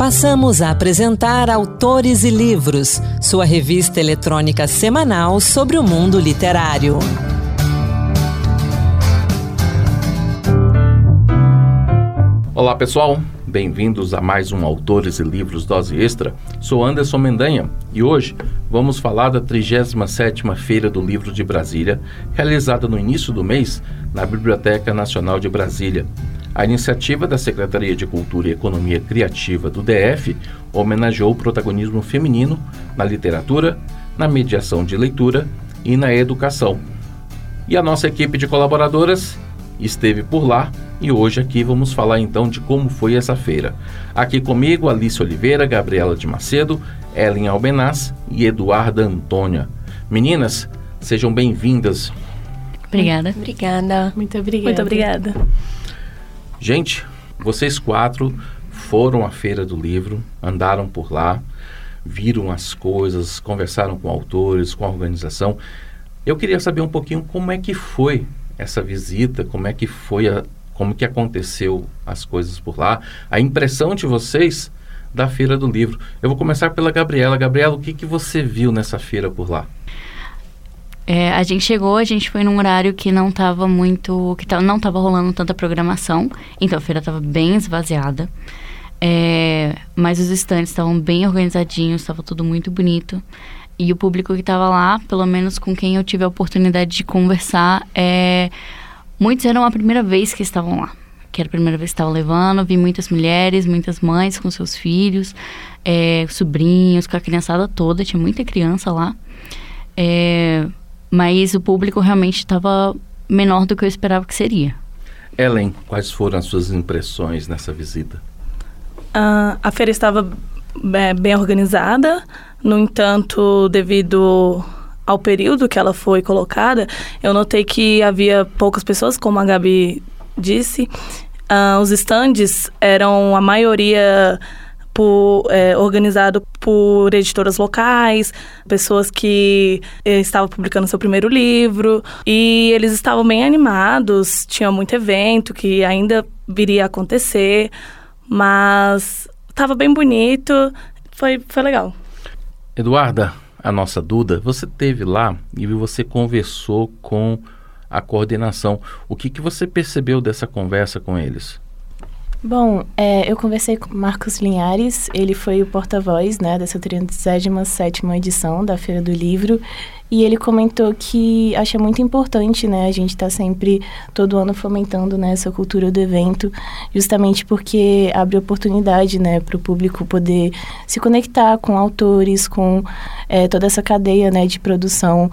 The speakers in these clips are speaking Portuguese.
Passamos a apresentar Autores e Livros, sua revista eletrônica semanal sobre o mundo literário. Olá pessoal, bem-vindos a mais um Autores e Livros Dose Extra. Sou Anderson Mendanha e hoje vamos falar da 37ª Feira do Livro de Brasília, realizada no início do mês na Biblioteca Nacional de Brasília. A iniciativa da Secretaria de Cultura e Economia Criativa do DF homenageou o protagonismo feminino na literatura, na mediação de leitura e na educação. E a nossa equipe de colaboradoras esteve por lá e hoje aqui vamos falar então de como foi essa feira. Aqui comigo, Alice Oliveira, Gabriela de Macedo, Ellen Albenaz e Eduarda Antônia. Meninas, sejam bem-vindas. Obrigada. Obrigada. Muito obrigada. Muito obrigada. Gente, vocês quatro foram à Feira do Livro, andaram por lá, viram as coisas, conversaram com autores, com a organização. Eu queria saber um pouquinho como é que foi essa visita, como que aconteceu as coisas por lá, a impressão de vocês da Feira do Livro. Eu vou começar pela Gabriela. Gabriela, o que você viu nessa feira por lá? A gente foi num horário que não estava rolando tanta programação, então a feira estava bem esvaziada, mas os estandes estavam bem organizadinhos, estava tudo muito bonito, e o público que estava lá, pelo menos com quem eu tive a oportunidade de conversar, muitos eram a primeira vez que estavam lá, que era a primeira vez que estavam levando. Vi muitas mulheres, muitas mães com seus filhos, sobrinhos, com a criançada toda, tinha muita criança lá, mas o público realmente estava menor do que eu esperava que seria. Ellen, quais foram as suas impressões nessa visita? A feira estava bem organizada, no entanto, devido ao período que ela foi colocada, eu notei que havia poucas pessoas, como a Gabi disse. Os estandes eram, a maioria, organizado por editoras locais, pessoas que estavam publicando seu primeiro livro, e eles estavam bem animados, tinha muito evento que ainda viria a acontecer, mas estava bem bonito, foi legal. Eduarda, a nossa Duda, você esteve lá e você conversou com a coordenação. O que você percebeu dessa conversa com eles? Bom, eu conversei com Marcos Linhares, ele foi o porta-voz, né, dessa 37ª edição da Feira do Livro, e ele comentou que acha muito importante, né, a gente tá sempre, todo ano, fomentando, né, essa cultura do evento, justamente porque abre oportunidade, né, para o público poder se conectar com autores, com toda essa cadeia, né, de produção,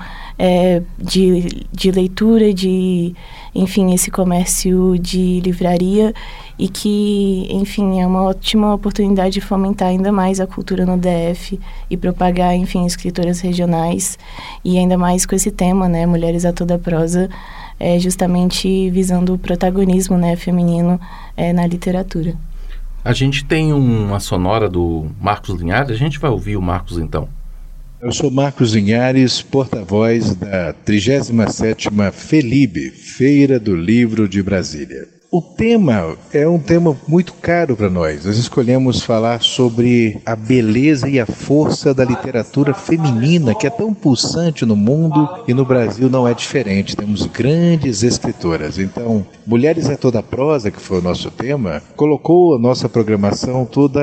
de leitura, enfim, esse comércio de livraria, e que, enfim, é uma ótima oportunidade de fomentar ainda mais a cultura no DF e propagar, enfim, escritoras regionais, e ainda mais com esse tema, né, Mulheres a Toda Prosa, justamente visando o protagonismo, né, feminino na literatura. A gente tem uma sonora do Marcos Linhares, a gente vai ouvir o Marcos então. Eu sou Marcos Linhares, porta-voz da 37ª FELIB, Feira do Livro de Brasília. O tema é um tema muito caro para nós. Nós escolhemos falar sobre a beleza e a força da literatura feminina, que é tão pulsante no mundo, e no Brasil não é diferente. Temos grandes escritoras. Então, Mulheres a Toda Prosa, que foi o nosso tema, colocou a nossa programação toda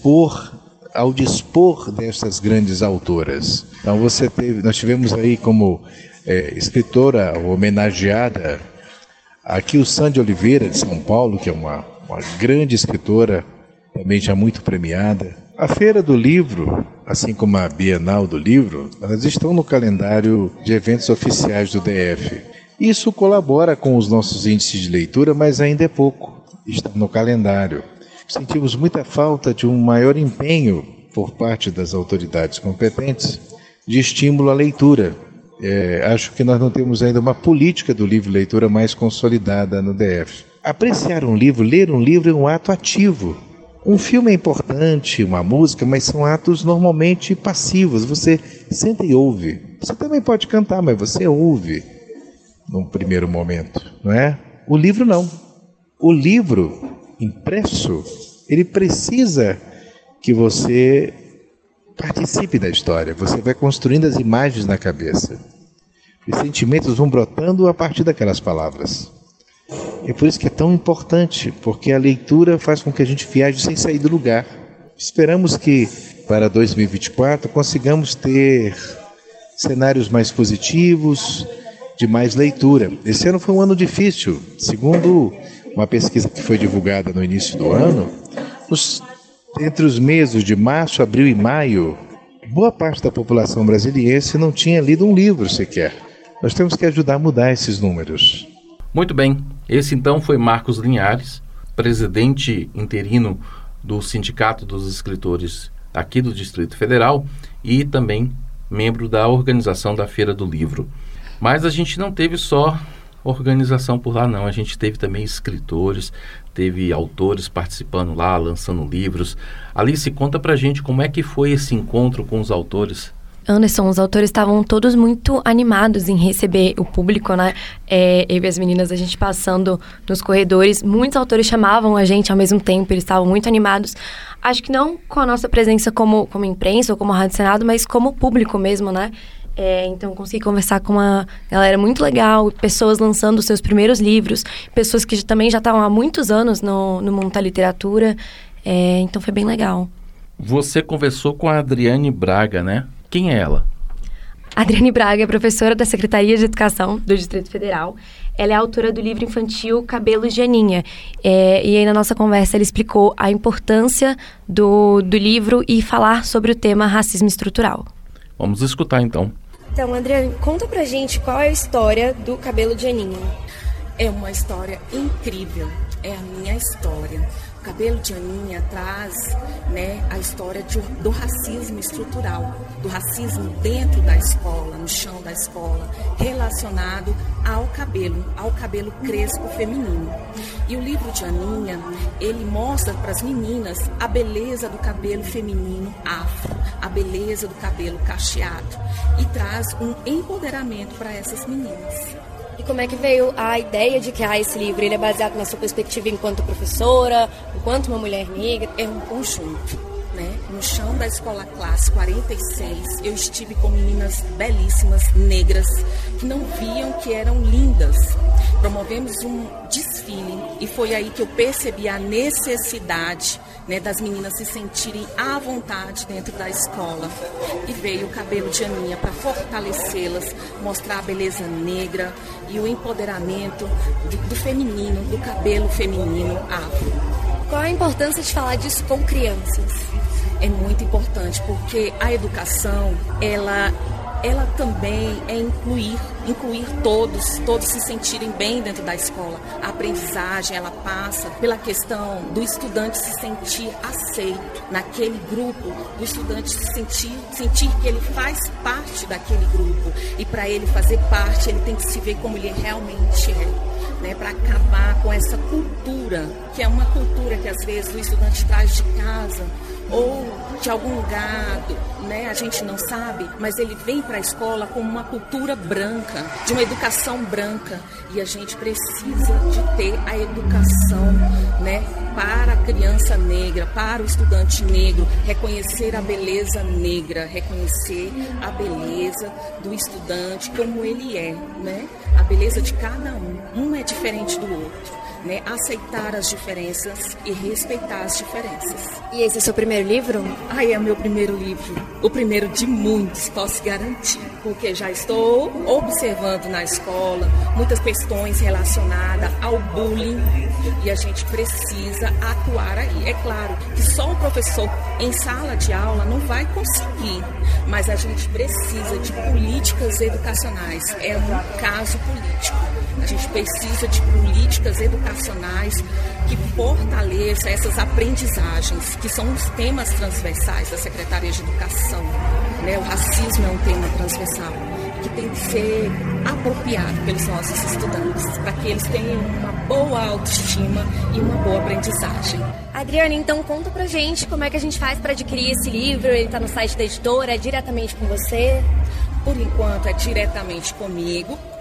ao dispor dessas grandes autoras. Então nós tivemos aí como escritora homenageada aqui o Sandy Oliveira, de São Paulo, que é uma grande escritora, também já muito premiada. A Feira do Livro, assim como a Bienal do Livro, elas estão no calendário de eventos oficiais do DF. Isso colabora com os nossos índices de leitura, mas ainda é pouco. Está no calendário. Sentimos muita falta de um maior empenho por parte das autoridades competentes de estímulo à leitura. Acho que nós não temos ainda uma política do livro-leitura mais consolidada no DF. Apreciar um livro, ler um livro é um ato ativo. Um filme é importante, uma música, mas são atos normalmente passivos. Você senta e ouve. Você também pode cantar, mas você ouve num primeiro momento, não é? O livro não. O livro impresso, ele precisa que você participe da história. Você vai construindo as imagens na cabeça. Os sentimentos vão brotando a partir daquelas palavras. É por isso que é tão importante, porque a leitura faz com que a gente viaje sem sair do lugar. Esperamos que para 2024 consigamos ter cenários mais positivos, de mais leitura. Esse ano foi um ano difícil. Segundo uma pesquisa que foi divulgada no início do ano, entre os meses de março, abril e maio, boa parte da população brasiliense não tinha lido um livro sequer. Nós temos que ajudar a mudar esses números. Muito bem, esse então foi Marcos Linhares, presidente interino do Sindicato dos Escritores aqui do Distrito Federal e também membro da organização da Feira do Livro. Mas a gente não teve só organização por lá não, a gente teve também escritores, teve autores participando lá, lançando livros. Alice, conta pra gente como é que foi esse encontro com os autores. Anderson, os autores estavam todos muito animados em receber o público, né? Eu e as meninas, a gente passando nos corredores, muitos autores chamavam a gente ao mesmo tempo, eles estavam muito animados. Acho que não com a nossa presença como imprensa ou como Rádio Senado, mas como público mesmo, né? Então, consegui conversar com uma galera muito legal, pessoas lançando os seus primeiros livros, pessoas que também já estavam há muitos anos no mundo da literatura, então foi bem legal. Você conversou com a Adriane Braga, né? Quem é ela? Adriane Braga é professora da Secretaria de Educação do Distrito Federal. Ela é autora do livro infantil Cabelos de Aninha. E aí, na nossa conversa, ela explicou a importância do livro e falar sobre o tema racismo estrutural. Vamos escutar, então. Então, Adriane, conta pra gente qual é a história do Cabelo de Aninha. É uma história incrível. É a minha história. O Cabelo de Aninha traz, né, a história do racismo estrutural, do racismo dentro da escola, no chão da escola, relacionado ao cabelo crespo feminino. E o livro de Aninha, ele mostra para as meninas a beleza do cabelo feminino afro, a beleza do cabelo cacheado e traz um empoderamento para essas meninas. E como é que veio a ideia de criar esse livro? Ele é baseado na sua perspectiva enquanto professora, enquanto uma mulher negra? É um conjunto, né? No chão da Escola Classe 46, eu estive com meninas belíssimas, negras, que não viam que eram lindas. Promovemos um desfile e foi aí que eu percebi a necessidade, né, das meninas se sentirem à vontade dentro da escola. E veio o Cabelo de Aninha para fortalecê-las, mostrar a beleza negra e o empoderamento do feminino, do cabelo feminino afro. Qual a importância de falar disso com crianças? É muito importante porque a educação, ela também é incluir todos se sentirem bem dentro da escola. A aprendizagem, ela passa pela questão do estudante se sentir aceito naquele grupo, do estudante se sentir que ele faz parte daquele grupo. E para ele fazer parte, ele tem que se ver como ele realmente é, né? Para acabar com essa cultura, que é uma cultura que às vezes o estudante traz de casa ou de algum lugar, né, a gente não sabe, mas ele vem para a escola com uma cultura branca, de uma educação branca, e a gente precisa de ter a educação, né, para a criança negra, para o estudante negro, reconhecer a beleza negra, reconhecer a beleza do estudante como ele é, né, a beleza de cada um é diferente do outro. Né, aceitar as diferenças e respeitar as diferenças. E esse é o seu primeiro livro? É meu primeiro livro. O primeiro de muitos, posso garantir. Porque já estou observando na escola muitas questões relacionadas ao bullying e a gente precisa atuar aí. É claro que só o professor em sala de aula não vai conseguir, mas a gente precisa de políticas educacionais. É um caso político. A gente precisa de políticas educacionais que fortaleçam essas aprendizagens, que são os temas transversais da Secretaria de Educação. Né? O racismo é um tema transversal que tem que ser apropriado pelos nossos estudantes, para que eles tenham uma boa autoestima e uma boa aprendizagem. Adriane, então conta pra gente como é que a gente faz para adquirir esse livro. Ele está no site da editora, é diretamente com você? Por enquanto é diretamente comigo,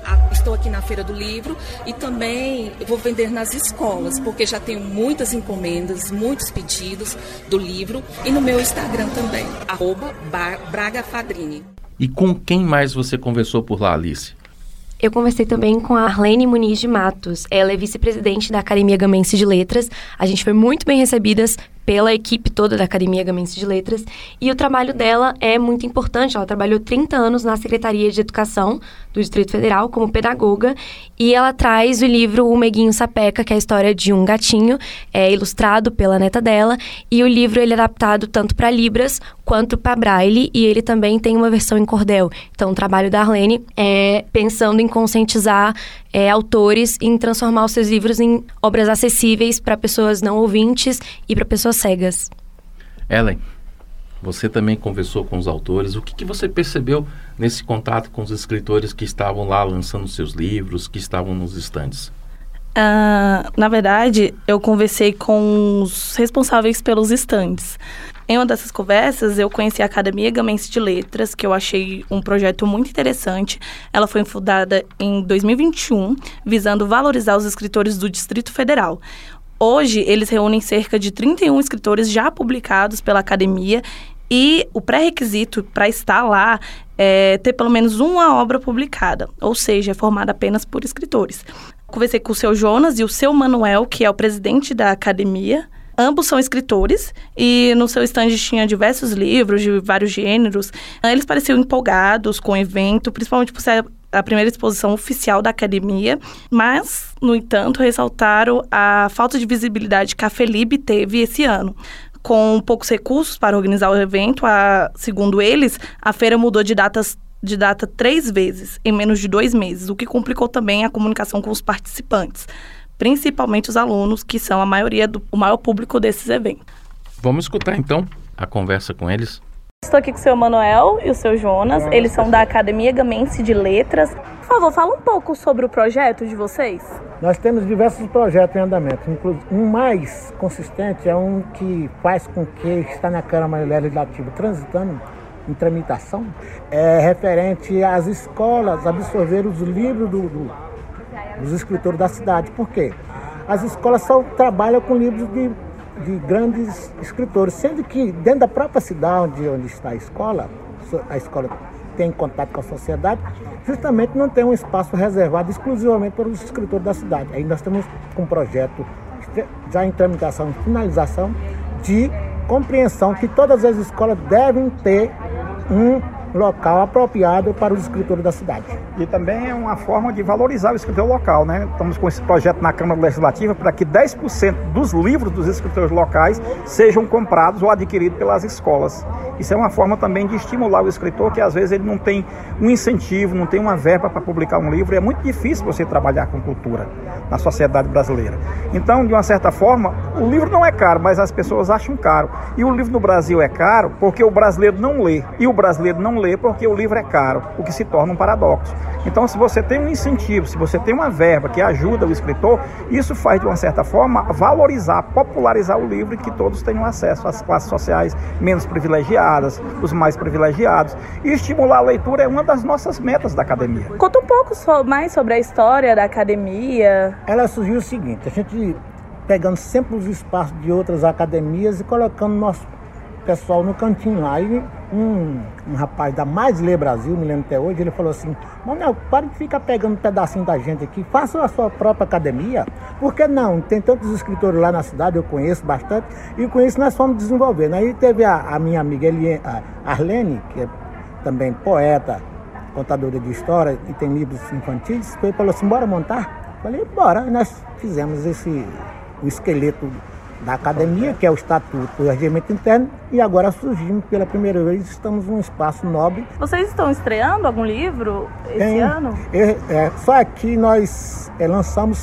Estou aqui na Feira do Livro e também vou vender nas escolas, porque já tenho muitas encomendas, muitos pedidos do livro, e no meu Instagram também, @BragaFadrini. E com quem mais você conversou por lá, Alice? Eu conversei também com a Arlene Muniz de Matos. Ela é vice-presidente da Academia Gamense de Letras. A gente foi muito bem recebidas pela equipe toda da Academia Gamense de Letras. E o trabalho dela é muito importante. Ela trabalhou 30 anos na Secretaria de Educação do Distrito Federal como pedagoga. E ela traz o livro O Meguinho Sapeca, que é a história de um gatinho, ilustrado pela neta dela. E o livro ele é adaptado tanto para Libras quanto para Braille. E ele também tem uma versão em cordel. Então, o trabalho da Arlene é pensando em conscientizar autores em transformar os seus livros em obras acessíveis para pessoas não ouvintes e para pessoas cegas. Ellen, você também conversou com os autores. O que você percebeu nesse contato com os escritores que estavam lá lançando seus livros, que estavam nos estandes? Na verdade, eu conversei com os responsáveis pelos estandes. Em uma dessas conversas, eu conheci a Academia Gamense de Letras, que eu achei um projeto muito interessante. Ela foi fundada em 2021, visando valorizar os escritores do Distrito Federal. Hoje, eles reúnem cerca de 31 escritores já publicados pela academia e o pré-requisito para estar lá é ter pelo menos uma obra publicada, ou seja, é formada apenas por escritores. Conversei com o seu Jonas e o seu Manuel, que é o presidente da academia. Ambos são escritores e no seu stand tinha diversos livros de vários gêneros. Eles pareciam empolgados com o evento, principalmente por ser a primeira exposição oficial da academia, mas, no entanto, ressaltaram a falta de visibilidade que a FELIB teve esse ano. Com poucos recursos para organizar o evento, segundo eles, a feira mudou de data 3 vezes em menos de 2 meses, o que complicou também a comunicação com os participantes, principalmente os alunos, que são o maior público desses eventos. Vamos escutar, então, a conversa com eles. Estou aqui com o seu Manuel e o seu Jonas. Eles são da Academia Gamense de Letras. Por favor, fala um pouco sobre o projeto de vocês. Nós temos diversos projetos em andamento. Inclusive, um mais consistente é um que faz com que está na Câmara Legislativa transitando em tramitação, é referente às escolas absorver os livros dos escritores da cidade. Por quê? As escolas só trabalham com livros de grandes escritores, sendo que dentro da própria cidade onde está a escola tem contato com a sociedade, justamente não tem um espaço reservado exclusivamente para os escritores da cidade. Aí nós estamos com um projeto já em tramitação, em finalização, de compreensão que todas as escolas devem ter um local apropriado para os escritores da cidade. E também é uma forma de valorizar o escritor local, né? Estamos com esse projeto na Câmara Legislativa para que 10% dos livros dos escritores locais sejam comprados ou adquiridos pelas escolas. Isso é uma forma também de estimular o escritor, que às vezes ele não tem um incentivo, não tem uma verba para publicar um livro. É muito difícil você trabalhar com cultura na sociedade brasileira. Então, de uma certa forma, o livro não é caro, mas as pessoas acham caro. E o livro no Brasil é caro porque o brasileiro não lê. E o brasileiro não lê porque o livro é caro, o que se torna um paradoxo. Então, se você tem um incentivo, se você tem uma verba que ajuda o escritor, isso faz, de uma certa forma, valorizar, popularizar o livro e que todos tenham acesso às classes sociais menos privilegiadas, os mais privilegiados. E estimular a leitura é uma das nossas metas da academia. Conta um pouco mais sobre a história da academia. Ela surgiu o seguinte, a gente pegando sempre os espaços de outras academias e colocando nosso pessoal no cantinho lá. Aí um rapaz da Mais Lê Brasil, me lembro até hoje, ele falou assim: Manuel, para de ficar pegando um pedacinho da gente aqui, faça a sua própria academia. Por que não? Tem tantos escritores lá na cidade, eu conheço bastante, e com isso nós fomos desenvolvendo. Aí teve a minha amiga a Arlene, que é também poeta, contadora de história e tem livros infantis, e falou assim: bora montar? Falei, bora. E nós fizemos o esqueleto da academia, que é o estatuto do regimento interno, e agora surgimos pela primeira vez, estamos num espaço nobre. Vocês estão estreando algum livro esse ano? Só aqui nós lançamos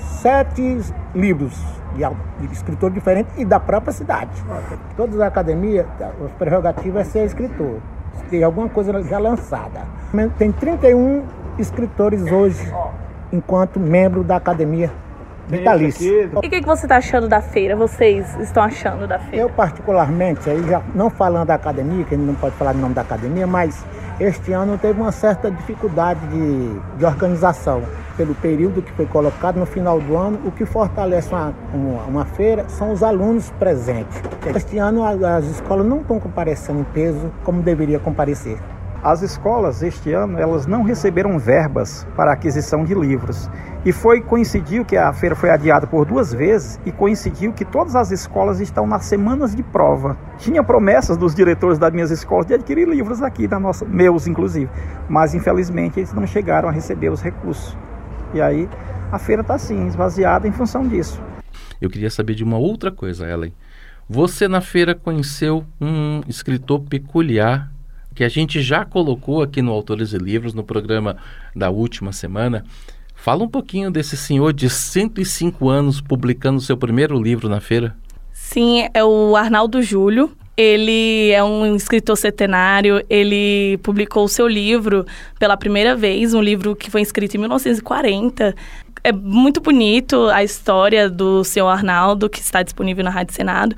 7 livros de escritor diferente e da própria cidade. Todas as academias, a prerrogativa é ser escritor, tem alguma coisa já lançada. Tem 31 escritores hoje, enquanto membro da academia vitalício. E o que você está achando da feira? Vocês estão achando da feira? Eu particularmente, aí já não falando da academia, que a gente não pode falar o nome da academia, mas Este ano teve uma certa dificuldade de organização. Pelo período que foi colocado no final do ano, o que fortalece uma feira são os alunos presentes. Este ano as escolas não estão comparecendo em peso como deveria comparecer. As escolas, este ano, elas não receberam verbas para aquisição de livros. E coincidiu que a feira foi adiada por 2 vezes e coincidiu que todas as escolas estão nas semanas de prova. Tinha promessas dos diretores das minhas escolas de adquirir livros aqui, meus inclusive, mas infelizmente eles não chegaram a receber os recursos. E aí a feira está assim, esvaziada em função disso. Eu queria saber de uma outra coisa, Ellen. Você na feira conheceu um escritor peculiar que a gente já colocou aqui no Autores e Livros, no programa da última semana. Fala um pouquinho desse senhor de 105 anos publicando seu primeiro livro na feira. Sim, é o Arnaldo Júlio. Ele é um escritor centenário, ele publicou o seu livro pela primeira vez, um livro que foi escrito em 1940. É muito bonito a história do senhor Arnaldo, que está disponível na Rádio Senado.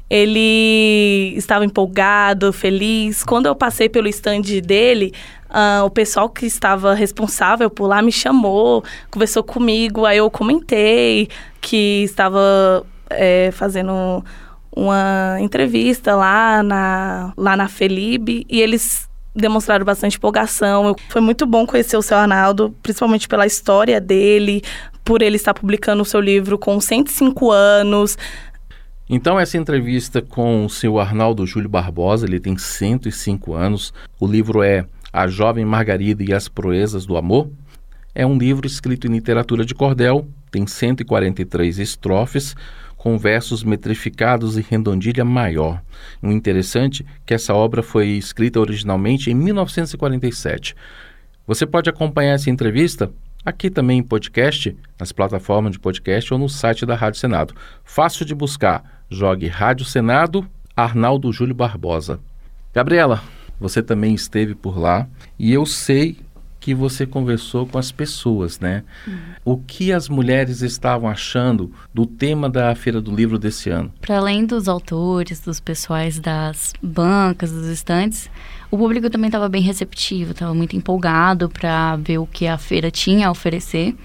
Ele estava empolgado, feliz. Quando eu passei pelo stand dele, o pessoal que estava responsável por lá me chamou, conversou comigo. Aí eu comentei que estava fazendo uma entrevista lá na FELIB e eles demonstraram bastante empolgação. Foi muito bom conhecer o seu Arnaldo, principalmente pela história dele, por ele estar publicando o seu livro com 105 anos. Então, essa entrevista com o seu Arnaldo Júlio Barbosa, ele tem 105 anos. O livro é A Jovem Margarida e as Proezas do Amor. É um livro escrito em literatura de cordel, tem 143 estrofes, com versos metrificados e redondilha maior. O interessante é que essa obra foi escrita originalmente em 1947. Você pode acompanhar essa entrevista aqui também em podcast, nas plataformas de podcast ou no site da Rádio Senado. Fácil de buscar. Jogue Rádio Senado, Arnaldo Júlio Barbosa. Gabriela, você também esteve por lá e eu sei que você conversou com as pessoas, né? O que as mulheres estavam achando do tema da Feira do Livro desse ano? Para além dos autores, dos pessoais das bancas, dos estandes, o público também estava bem receptivo, estava muito empolgado para ver o que a feira tinha a oferecer.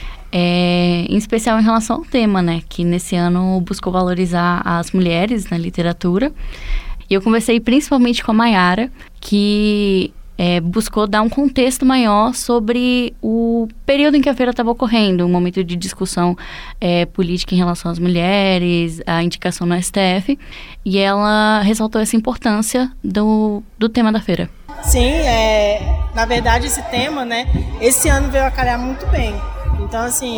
Em especial em relação ao tema, né? Que nesse ano buscou valorizar as mulheres na literatura. E eu conversei principalmente com a Mayara, que buscou dar um contexto maior sobre o período em que a feira estava ocorrendo, um momento de discussão política em relação às mulheres, a indicação no STF, e ela ressaltou essa importância do tema da feira. Sim, na verdade esse tema, né, esse ano veio a calhar muito bem. Então, assim,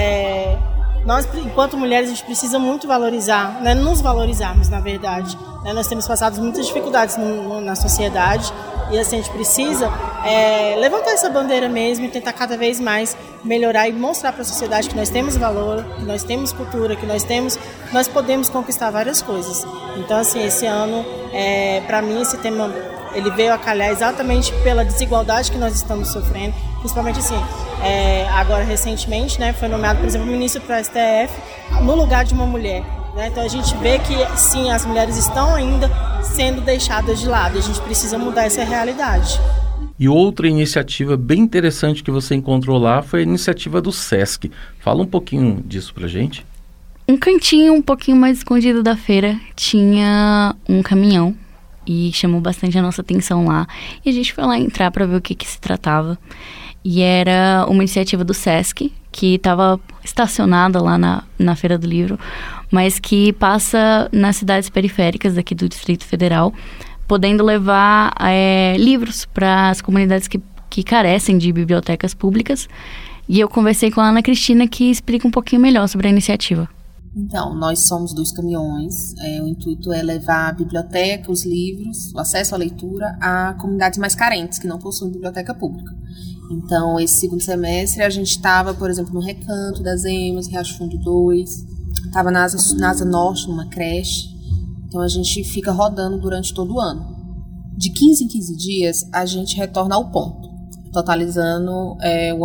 nós, enquanto mulheres, a gente precisa muito valorizar, né, nos valorizarmos, na verdade. Né, nós temos passado muitas dificuldades na sociedade e, assim, a gente precisa levantar essa bandeira mesmo e tentar cada vez mais melhorar e mostrar para a sociedade que nós temos valor, que nós temos cultura, que nós podemos conquistar várias coisas. Então, assim, esse ano, para mim, esse tema ele veio a calhar exatamente pela desigualdade que nós estamos sofrendo, principalmente assim, agora recentemente, né, foi nomeado, por exemplo, ministro para o STF no lugar de uma mulher. Né? Então a gente vê que sim, as mulheres estão ainda sendo deixadas de lado, a gente precisa mudar essa realidade. E outra iniciativa bem interessante que você encontrou lá foi a iniciativa do SESC. Fala um pouquinho disso pra gente. Um cantinho um pouquinho mais escondido da feira tinha um caminhão e chamou bastante a nossa atenção lá. E a gente foi lá entrar para ver o que se tratava. E era uma iniciativa do SESC, que estava estacionada lá na Feira do Livro, mas que passa nas cidades periféricas daqui do Distrito Federal, podendo levar livros para as comunidades que carecem de bibliotecas públicas. E eu conversei com a Ana Cristina, que explica um pouquinho melhor sobre a iniciativa. Então, nós somos 2 caminhões. O intuito é levar a biblioteca, os livros, o acesso à leitura a comunidades mais carentes, que não possuem biblioteca pública. Então, esse segundo semestre, a gente estava, por exemplo, no Recanto das Emas, Riacho Fundo 2, estava na Asa Norte, numa creche. Então, a gente fica rodando durante todo o ano. De 15 em 15 dias, a gente retorna ao ponto, totalizando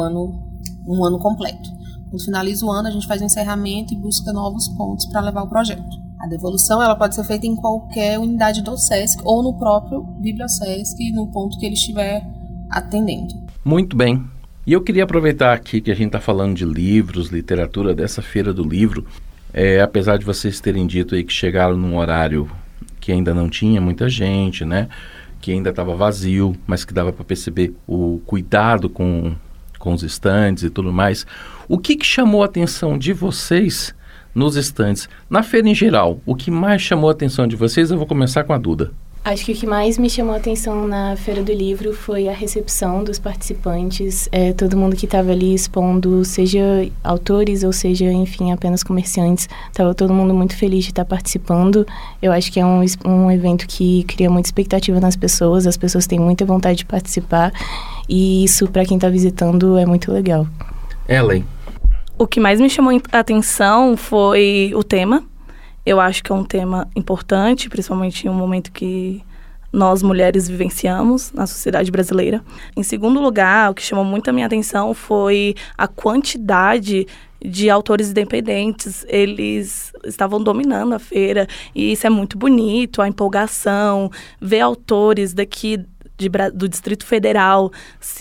um ano completo. Quando finaliza o ano, a gente faz um encerramento e busca novos pontos para levar o projeto. A devolução ela pode ser feita em qualquer unidade do SESC ou no próprio BiblioSesc, no ponto que ele estiver atendendo. Muito bem. E eu queria aproveitar aqui que a gente está falando de livros, literatura, dessa Feira do Livro. Apesar de vocês terem dito aí que chegaram num horário que ainda não tinha muita gente, né? Que ainda estava vazio, mas que dava para perceber o cuidado com os estandes e tudo mais. O que chamou a atenção de vocês nos estandes? Na feira em geral, o que mais chamou a atenção de vocês? Eu vou começar com a Duda. Acho que o que mais me chamou a atenção na Feira do Livro foi a recepção dos participantes, todo mundo que estava ali expondo, seja autores ou seja, enfim, apenas comerciantes. Estava todo mundo muito feliz de estar participando. Eu acho que é um evento que cria muita expectativa nas pessoas, as pessoas têm muita vontade de participar e isso, para quem está visitando, é muito legal. Ellen. O que mais me chamou a atenção foi o tema. Eu acho que é um tema importante, principalmente em um momento que nós, mulheres, vivenciamos na sociedade brasileira. Em segundo lugar, o que chamou muito a minha atenção foi a quantidade de autores independentes. Eles estavam dominando a feira e isso é muito bonito, a empolgação, ver autores daqui do Distrito Federal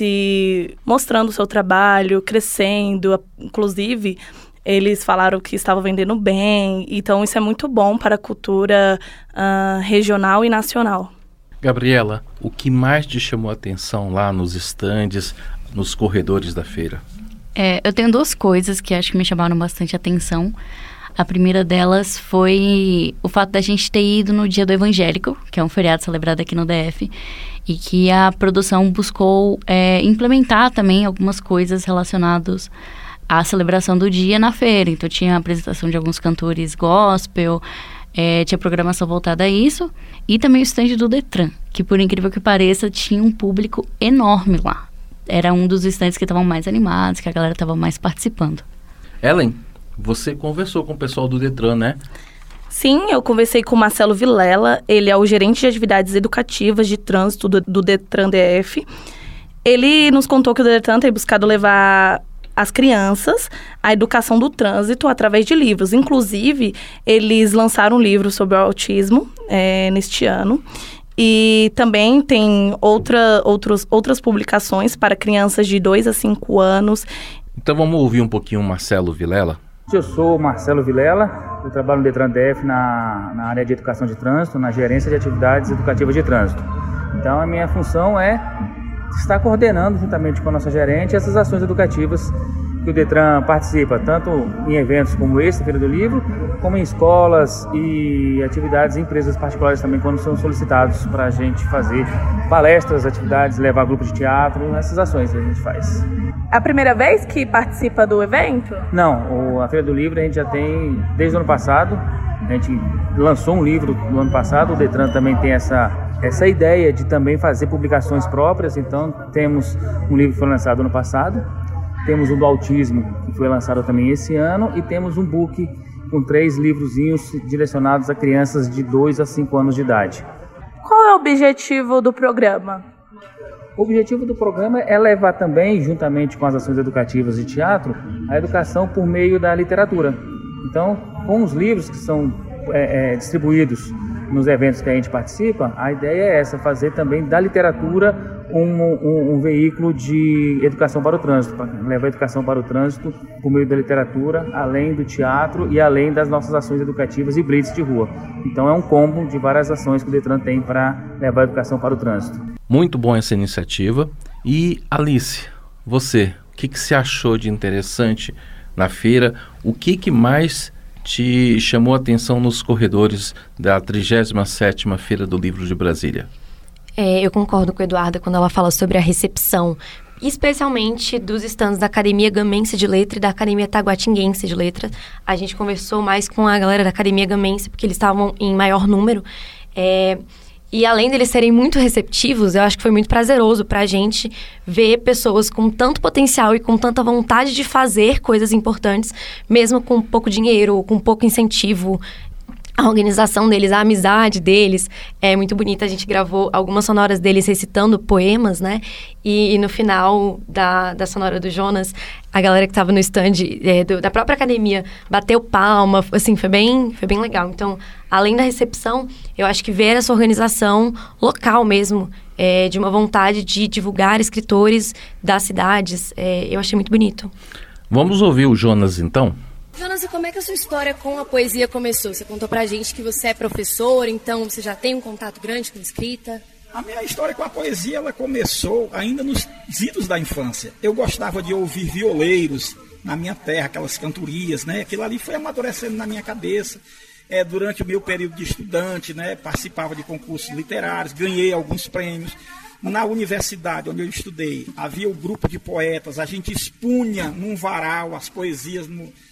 se mostrando o seu trabalho, crescendo, inclusive. Eles falaram que estavam vendendo bem, então isso é muito bom para a cultura regional e nacional. Gabriela, o que mais te chamou a atenção lá nos estandes, nos corredores da feira? Eu tenho duas coisas que acho que me chamaram bastante atenção. A primeira delas foi o fato da gente ter ido no Dia do Evangélico, que é um feriado celebrado aqui no DF, e que a produção buscou implementar também algumas coisas relacionadas a celebração do dia na feira. Então tinha a apresentação de alguns cantores gospel, tinha programação voltada a isso, e também o stand do Detran, que por incrível que pareça tinha um público enorme lá. Era um dos stands que estavam mais animados, que a galera estava mais participando. Ellen, você conversou com o pessoal do Detran, né? Sim, eu conversei com o Marcelo Vilela, ele é o gerente de atividades educativas de trânsito do Detran DF. Ele nos contou que o Detran tem buscado levar as crianças a educação do trânsito através de livros. Inclusive, eles lançaram um livro sobre o autismo neste ano. E também tem outras publicações para crianças de 2 a 5 anos. Então vamos ouvir um pouquinho o Marcelo Vilela. Eu sou o Marcelo Vilela, eu trabalho no Detran DF na área de educação de trânsito, na gerência de atividades educativas de trânsito. Então a minha função é estar coordenando juntamente com a nossa gerente essas ações educativas que o Detran participa, tanto em eventos como esse, Feira do Livro, como em escolas e atividades em empresas particulares também, quando são solicitados para a gente fazer palestras, atividades, levar grupo de teatro, essas ações que a gente faz. É a primeira vez que participa do evento? Não, a Feira do Livro a gente já tem desde o ano passado. A gente lançou um livro no ano passado, o Detran também tem essa ideia de também fazer publicações próprias. Então temos um livro que foi lançado ano passado, temos um do autismo que foi lançado também esse ano e temos um book com 3 livrozinhos direcionados a crianças de 2 a 5 anos de idade. Qual é o objetivo do programa? O objetivo do programa é levar também, juntamente com as ações educativas de teatro, a educação por meio da literatura. Então, com os livros que são distribuídos nos eventos que a gente participa, a ideia é essa, fazer também da literatura um veículo de educação para o trânsito, para levar a educação para o trânsito por meio da literatura, além do teatro e além das nossas ações educativas e blitz de rua. Então é um combo de várias ações que o Detran tem para levar a educação para o trânsito. Muito bom essa iniciativa. E Alice, você, o que você achou de interessante na feira? O que mais te chamou a atenção nos corredores da 37ª Feira do Livro de Brasília? Eu concordo com a Eduarda quando ela fala sobre a recepção, especialmente dos stands da Academia Gamense de Letras e da Academia Taguatinguense de Letras. A gente conversou mais com a galera da Academia Gamense, porque eles estavam em maior número. E além deles serem muito receptivos, eu acho que foi muito prazeroso pra gente ver pessoas com tanto potencial e com tanta vontade de fazer coisas importantes, mesmo com pouco dinheiro ou com pouco incentivo. a organização deles, a amizade deles é muito bonita. A gente gravou algumas sonoras deles recitando poemas, né? E no final da sonora do Jonas, a galera que estava no stand da própria academia bateu palma, assim, foi bem legal. Então, além da recepção, eu acho que ver essa organização local mesmo, de uma vontade de divulgar escritores das cidades, eu achei muito bonito. Vamos ouvir o Jonas, então? Jonas, e como é que a sua história com a poesia começou? Você contou pra gente que você é professor, então você já tem um contato grande com a escrita? A minha história com a poesia, ela começou ainda nos idos da infância. Eu gostava de ouvir violeiros na minha terra, aquelas cantorias, né? Aquilo ali foi amadurecendo na minha cabeça. Durante o meu período de estudante, né? Participava de concursos literários, ganhei alguns prêmios. Na universidade onde eu estudei, havia o grupo de poetas, a gente expunha num varal as poesias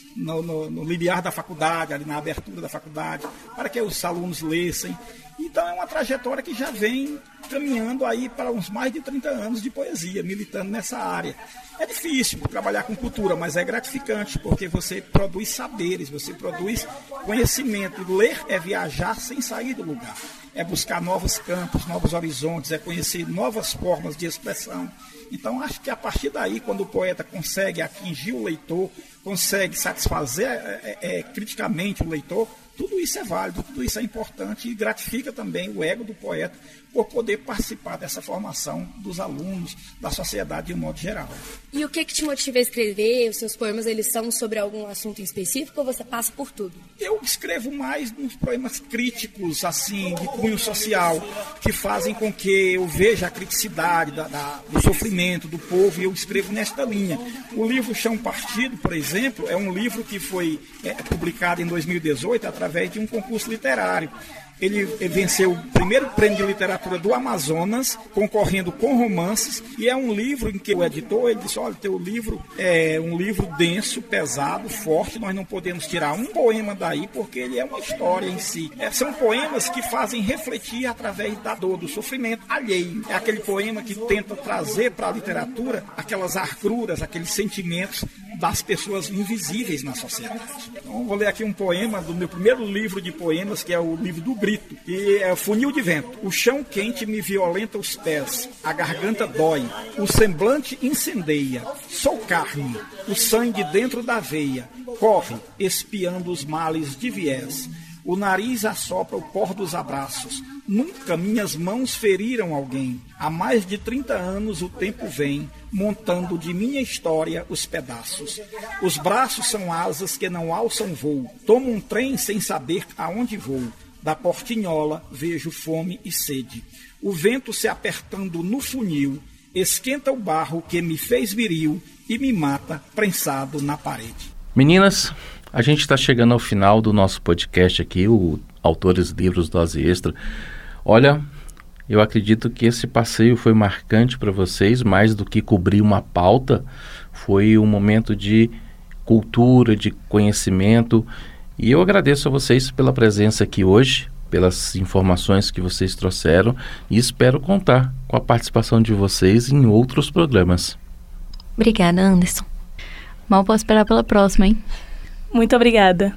no limiar da faculdade, ali na abertura da faculdade, para que os alunos lessem. Então é uma trajetória que já vem caminhando aí para uns mais de 30 anos de poesia, militando nessa área. É difícil trabalhar com cultura, mas é gratificante, porque você produz saberes, você produz conhecimento. E ler é viajar sem sair do lugar. É buscar novos campos, novos horizontes, é conhecer novas formas de expressão. Então, acho que a partir daí, quando o poeta consegue atingir o leitor, consegue satisfazer criticamente o leitor, tudo isso é válido, tudo isso é importante e gratifica também o ego do poeta por poder participar dessa formação dos alunos, da sociedade de um modo geral. E o que te motiva a escrever? Os seus poemas, eles são sobre algum assunto em específico ou você passa por tudo? Eu escrevo mais nos poemas críticos, assim, de cunho social, que fazem com que eu veja a criticidade do sofrimento do povo, e eu escrevo nesta linha. O livro Chão Partido, por exemplo, é um livro que foi publicado em 2018 através de um concurso literário. Ele venceu o primeiro prêmio de literatura do Amazonas, concorrendo com romances, e é um livro em que o editor ele disse: olha, teu livro é um livro denso, pesado, forte, nós não podemos tirar um poema daí, porque ele é uma história em si. São poemas que fazem refletir através da dor, do sofrimento alheio. É aquele poema que tenta trazer para a literatura aquelas arcruras, aqueles sentimentos das pessoas invisíveis na sociedade. Então, vou ler aqui um poema do meu primeiro livro de poemas, que é o livro do Grito, que é Funil de Vento. O chão quente me violenta os pés, a garganta dói, o semblante incendeia, sou carne, o sangue dentro da veia, corre, espiando os males de viés. O nariz assopra o pó dos abraços. Nunca minhas mãos feriram alguém. Há mais de 30 anos o tempo vem, montando de minha história os pedaços. Os braços são asas que não alçam voo. Tomo um trem sem saber aonde vou. Da portinhola vejo fome e sede. O vento se apertando no funil, esquenta o barro que me fez viril e me mata prensado na parede. Meninas, a gente está chegando ao final do nosso podcast aqui, o Autores Livros Dose Extra. Olha, eu acredito que esse passeio foi marcante para vocês, mais do que cobrir uma pauta, foi um momento de cultura, de conhecimento. E eu agradeço a vocês pela presença aqui hoje, pelas informações que vocês trouxeram, e espero contar com a participação de vocês em outros programas. Obrigada, Anderson. Mal posso esperar pela próxima, hein? Muito obrigada.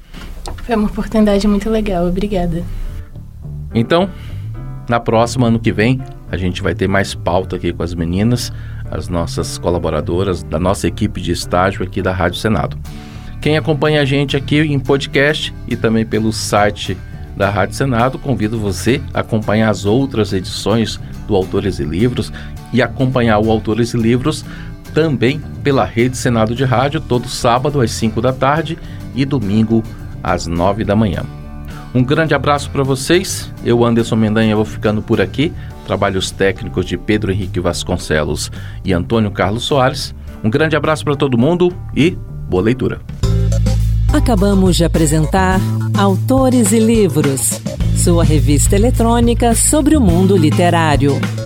Foi uma oportunidade muito legal, obrigada. Então, na próxima, ano que vem, a gente vai ter mais pauta aqui com as meninas, as nossas colaboradoras da nossa equipe de estágio aqui da Rádio Senado. Quem acompanha a gente aqui em podcast e também pelo site da Rádio Senado, convido você a acompanhar as outras edições do Autores e Livros e acompanhar o Autores e Livros também pela Rede Senado de Rádio, todo sábado às 5 da tarde e domingo às 9 da manhã. Um grande abraço para vocês. Eu, Anderson Mendanha, vou ficando por aqui. Trabalhos técnicos de Pedro Henrique Vasconcelos e Antônio Carlos Soares. Um grande abraço para todo mundo e boa leitura. Acabamos de apresentar Autores e Livros, sua revista eletrônica sobre o mundo literário.